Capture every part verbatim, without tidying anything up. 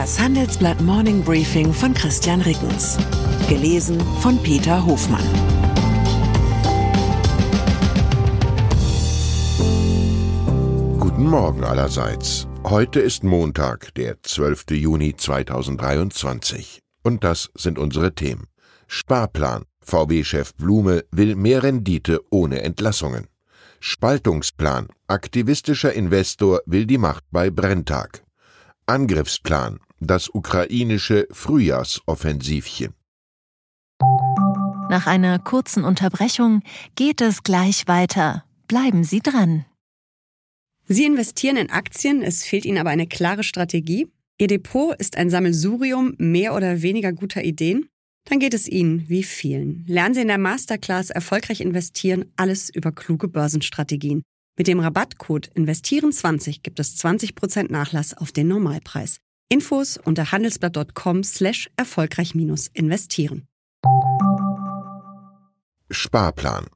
Das Handelsblatt Morning Briefing von Christian Rickens. Gelesen von Peter Hofmann. Guten Morgen allerseits. Heute ist Montag, der zwölfte Juni zweitausenddreiundzwanzig. Und das sind unsere Themen. Sparplan. V W-Chef Blume will mehr Rendite ohne Entlassungen. Spaltungsplan. Aktivistischer Investor will die Macht bei Brenntag. Angriffsplan. Das ukrainische Frühjahrsoffensivchen. Nach einer kurzen Unterbrechung geht es gleich weiter. Bleiben Sie dran. Sie investieren in Aktien, es fehlt Ihnen aber eine klare Strategie. Ihr Depot ist ein Sammelsurium mehr oder weniger guter Ideen. Dann geht es Ihnen wie vielen. Lernen Sie in der Masterclass Erfolgreich investieren, alles über kluge Börsenstrategien. Mit dem Rabattcode investieren zwanzig gibt es zwanzig Prozent Nachlass auf den Normalpreis. Infos unter handelsblatt.com slash erfolgreich minus investieren. Sparplan.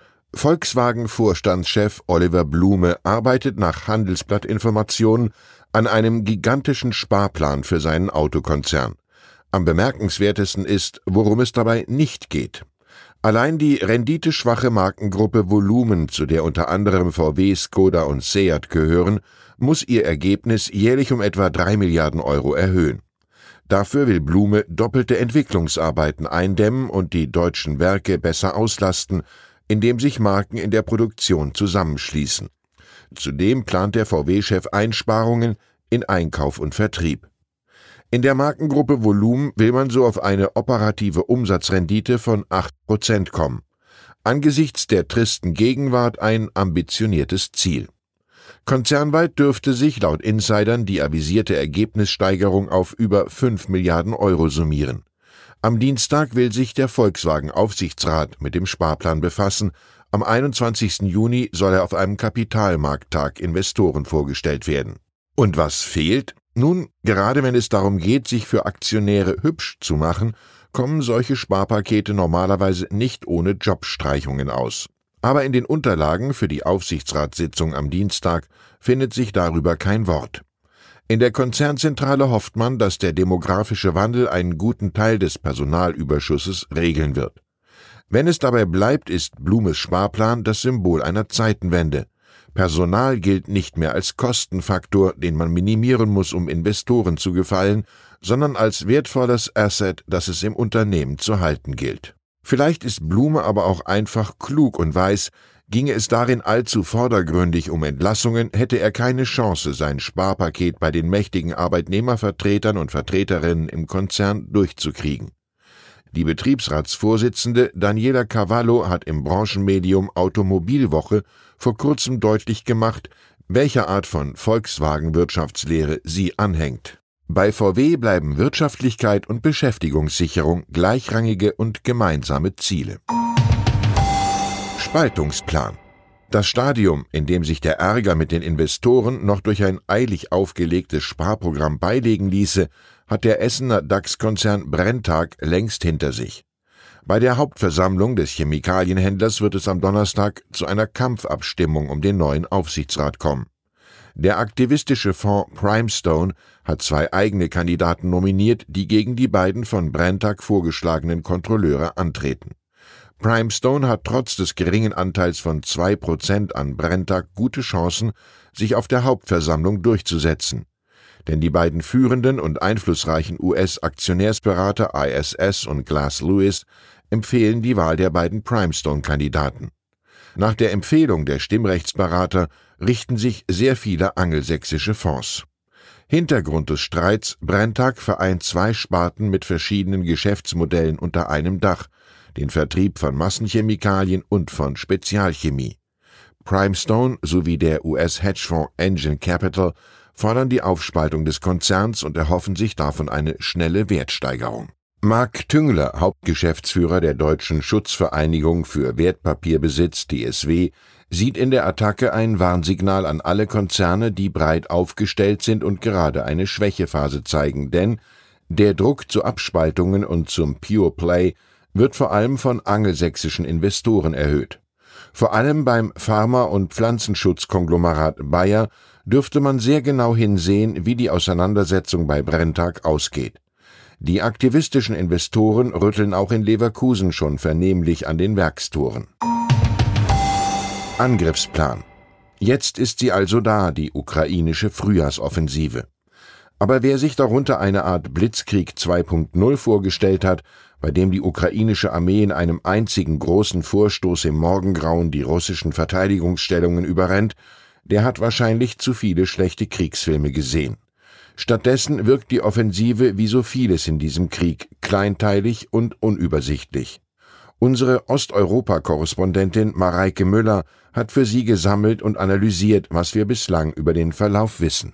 Volkswagen-Vorstandschef Oliver Blume arbeitet nach Handelsblatt-Informationen an einem gigantischen Sparplan für seinen Autokonzern. Am bemerkenswertesten ist, worum es dabei nicht geht. Allein die renditeschwache Markengruppe Volumen, zu der unter anderem V W, Skoda und Seat gehören, muss ihr Ergebnis jährlich um etwa drei Milliarden Euro erhöhen. Dafür will Blume doppelte Entwicklungsarbeiten eindämmen und die deutschen Werke besser auslasten, indem sich Marken in der Produktion zusammenschließen. Zudem plant der V W-Chef Einsparungen in Einkauf und Vertrieb. In der Markengruppe Volumen will man so auf eine operative Umsatzrendite von acht Prozent kommen. Angesichts der tristen Gegenwart ein ambitioniertes Ziel. Konzernweit dürfte sich laut Insidern die avisierte Ergebnissteigerung auf über fünf Milliarden Euro summieren. Am Dienstag will sich der Volkswagen-Aufsichtsrat mit dem Sparplan befassen. Am einundzwanzigsten Juni soll er auf einem Kapitalmarkttag Investoren vorgestellt werden. Und was fehlt? Nun, gerade wenn es darum geht, sich für Aktionäre hübsch zu machen, kommen solche Sparpakete normalerweise nicht ohne Jobstreichungen aus. Aber in den Unterlagen für die Aufsichtsratssitzung am Dienstag findet sich darüber kein Wort. In der Konzernzentrale hofft man, dass der demografische Wandel einen guten Teil des Personalüberschusses regeln wird. Wenn es dabei bleibt, ist Blumes Sparplan das Symbol einer Zeitenwende. Personal gilt nicht mehr als Kostenfaktor, den man minimieren muss, um Investoren zu gefallen, sondern als wertvolles Asset, das es im Unternehmen zu halten gilt. Vielleicht ist Blume aber auch einfach klug und weiß, ginge es darin allzu vordergründig um Entlassungen, hätte er keine Chance, sein Sparpaket bei den mächtigen Arbeitnehmervertretern und Vertreterinnen im Konzern durchzukriegen. Die Betriebsratsvorsitzende Daniela Cavallo hat im Branchenmedium Automobilwoche vor kurzem deutlich gemacht, welcher Art von Volkswagen-Wirtschaftslehre sie anhängt. Bei V W bleiben Wirtschaftlichkeit und Beschäftigungssicherung gleichrangige und gemeinsame Ziele. Spaltungsplan. Das Stadium, in dem sich der Ärger mit den Investoren noch durch ein eilig aufgelegtes Sparprogramm beilegen ließe, hat der Essener DAX-Konzern Brenntag längst hinter sich. Bei der Hauptversammlung des Chemikalienhändlers wird es am Donnerstag zu einer Kampfabstimmung um den neuen Aufsichtsrat kommen. Der aktivistische Fonds Primestone hat zwei eigene Kandidaten nominiert, die gegen die beiden von Brenntag vorgeschlagenen Kontrolleure antreten. Primestone hat trotz des geringen Anteils von zwei Prozent an Brenntag gute Chancen, sich auf der Hauptversammlung durchzusetzen. Denn die beiden führenden und einflussreichen U S-Aktionärsberater I S S und Glass Lewis empfehlen die Wahl der beiden Primestone-Kandidaten. Nach der Empfehlung der Stimmrechtsberater richten sich sehr viele angelsächsische Fonds. Hintergrund des Streits: Brenntag vereint zwei Sparten mit verschiedenen Geschäftsmodellen unter einem Dach, den Vertrieb von Massenchemikalien und von Spezialchemie. Primestone sowie der U S-Hedgefonds Engine Capital fordern die Aufspaltung des Konzerns und erhoffen sich davon eine schnelle Wertsteigerung. Marc Tüngler, Hauptgeschäftsführer der Deutschen Schutzvereinigung für Wertpapierbesitz D S W, sieht in der Attacke ein Warnsignal an alle Konzerne, die breit aufgestellt sind und gerade eine Schwächephase zeigen, denn der Druck zu Abspaltungen und zum Pure Play wird vor allem von angelsächsischen Investoren erhöht. Vor allem beim Pharma- und Pflanzenschutzkonglomerat Bayer dürfte man sehr genau hinsehen, wie die Auseinandersetzung bei Brenntag ausgeht. Die aktivistischen Investoren rütteln auch in Leverkusen schon vernehmlich an den Werkstoren. Angriffsplan. Jetzt ist sie also da, die ukrainische Frühjahrsoffensive. Aber wer sich darunter eine Art Blitzkrieg zwei Punkt null vorgestellt hat, bei dem die ukrainische Armee in einem einzigen großen Vorstoß im Morgengrauen die russischen Verteidigungsstellungen überrennt, der hat wahrscheinlich zu viele schlechte Kriegsfilme gesehen. Stattdessen wirkt die Offensive wie so vieles in diesem Krieg kleinteilig und unübersichtlich. Unsere Osteuropa-Korrespondentin Mareike Müller hat für Sie gesammelt und analysiert, was wir bislang über den Verlauf wissen.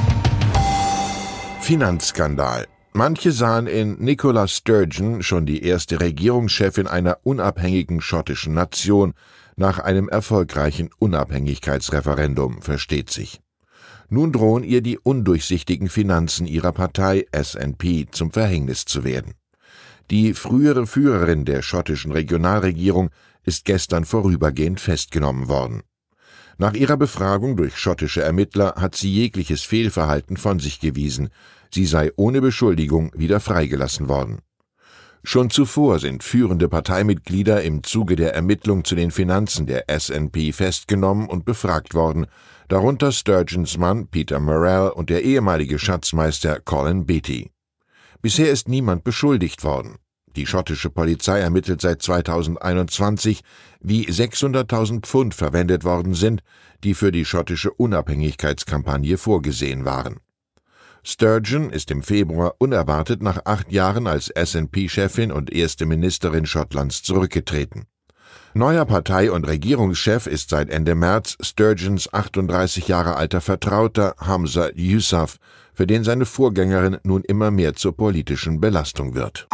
Finanzskandal. Manche sahen in Nicola Sturgeon schon die erste Regierungschefin einer unabhängigen schottischen Nation nach einem erfolgreichen Unabhängigkeitsreferendum, versteht sich. Nun drohen ihr die undurchsichtigen Finanzen ihrer Partei S N P zum Verhängnis zu werden. Die frühere Führerin der schottischen Regionalregierung ist gestern vorübergehend festgenommen worden. Nach ihrer Befragung durch schottische Ermittler hat sie jegliches Fehlverhalten von sich gewiesen. Sie sei ohne Beschuldigung wieder freigelassen worden. Schon zuvor sind führende Parteimitglieder im Zuge der Ermittlung zu den Finanzen der S N P festgenommen und befragt worden, darunter Sturgeons Mann Peter Murrell und der ehemalige Schatzmeister Colin Beattie. Bisher ist niemand beschuldigt worden. Die schottische Polizei ermittelt seit zweitausendeinundzwanzig, wie sechshunderttausend Pfund verwendet worden sind, die für die schottische Unabhängigkeitskampagne vorgesehen waren. Sturgeon ist im Februar unerwartet nach acht Jahren als S N P-Chefin und erste Ministerin Schottlands zurückgetreten. Neuer Partei- und Regierungschef ist seit Ende März Sturgeons achtunddreißig Jahre alter Vertrauter Humza Yousaf, für den seine Vorgängerin nun immer mehr zur politischen Belastung wird.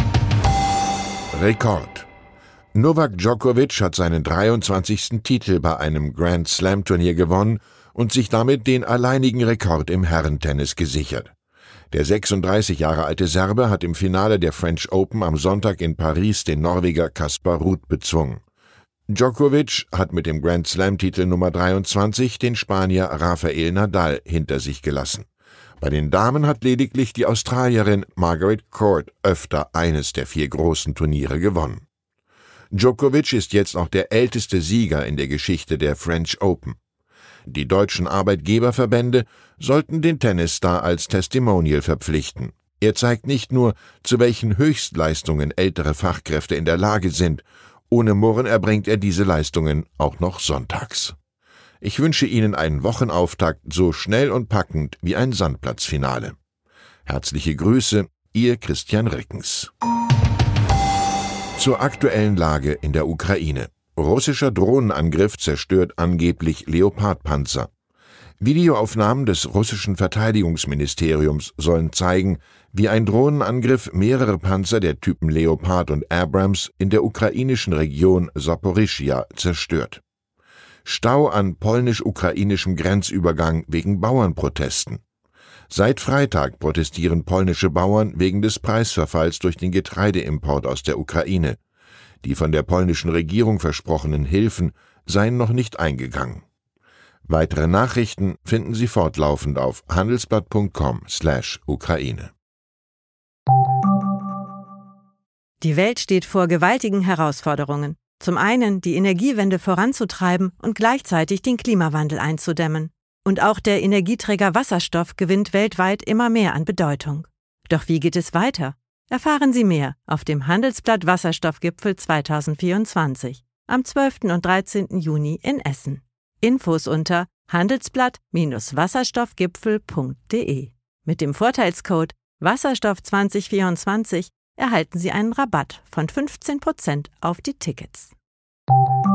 Rekord. Novak Djokovic hat seinen dreiundzwanzigsten Titel bei einem Grand-Slam-Turnier gewonnen und sich damit den alleinigen Rekord im Herrentennis gesichert. Der sechsunddreißig Jahre alte Serbe hat im Finale der French Open am Sonntag in Paris den Norweger Kaspar Ruud bezwungen. Djokovic hat mit dem Grand-Slam-Titel Nummer dreiundzwanzig den Spanier Rafael Nadal hinter sich gelassen. Bei den Damen hat lediglich die Australierin Margaret Court öfter eines der vier großen Turniere gewonnen. Djokovic ist jetzt auch der älteste Sieger in der Geschichte der French Open. Die deutschen Arbeitgeberverbände sollten den Tennisstar als Testimonial verpflichten. Er zeigt nicht nur, zu welchen Höchstleistungen ältere Fachkräfte in der Lage sind, ohne Murren erbringt er diese Leistungen auch noch sonntags. Ich wünsche Ihnen einen Wochenauftakt so schnell und packend wie ein Sandplatzfinale. Herzliche Grüße, Ihr Christian Rickens. Zur aktuellen Lage in der Ukraine. Russischer Drohnenangriff zerstört angeblich Leopardpanzer. Videoaufnahmen des russischen Verteidigungsministeriums sollen zeigen, wie ein Drohnenangriff mehrere Panzer der Typen Leopard und Abrams in der ukrainischen Region Saporischschja zerstört. Stau an polnisch-ukrainischem Grenzübergang wegen Bauernprotesten. Seit Freitag protestieren polnische Bauern wegen des Preisverfalls durch den Getreideimport aus der Ukraine. Die von der polnischen Regierung versprochenen Hilfen seien noch nicht eingegangen. Weitere Nachrichten finden Sie fortlaufend auf handelsblatt punkt com slash Ukraine. Die Welt steht vor gewaltigen Herausforderungen. Zum einen die Energiewende voranzutreiben und gleichzeitig den Klimawandel einzudämmen. Und auch der Energieträger Wasserstoff gewinnt weltweit immer mehr an Bedeutung. Doch wie geht es weiter? Erfahren Sie mehr auf dem Handelsblatt Wasserstoffgipfel zweitausendvierundzwanzig am zwölften und dreizehnten Juni in Essen. Infos unter handelsblatt Bindestrich wasserstoffgipfel punkt de. Mit dem Vorteilscode Wasserstoff zwanzig vierundzwanzig erhalten Sie einen Rabatt von fünfzehn Prozent auf die Tickets.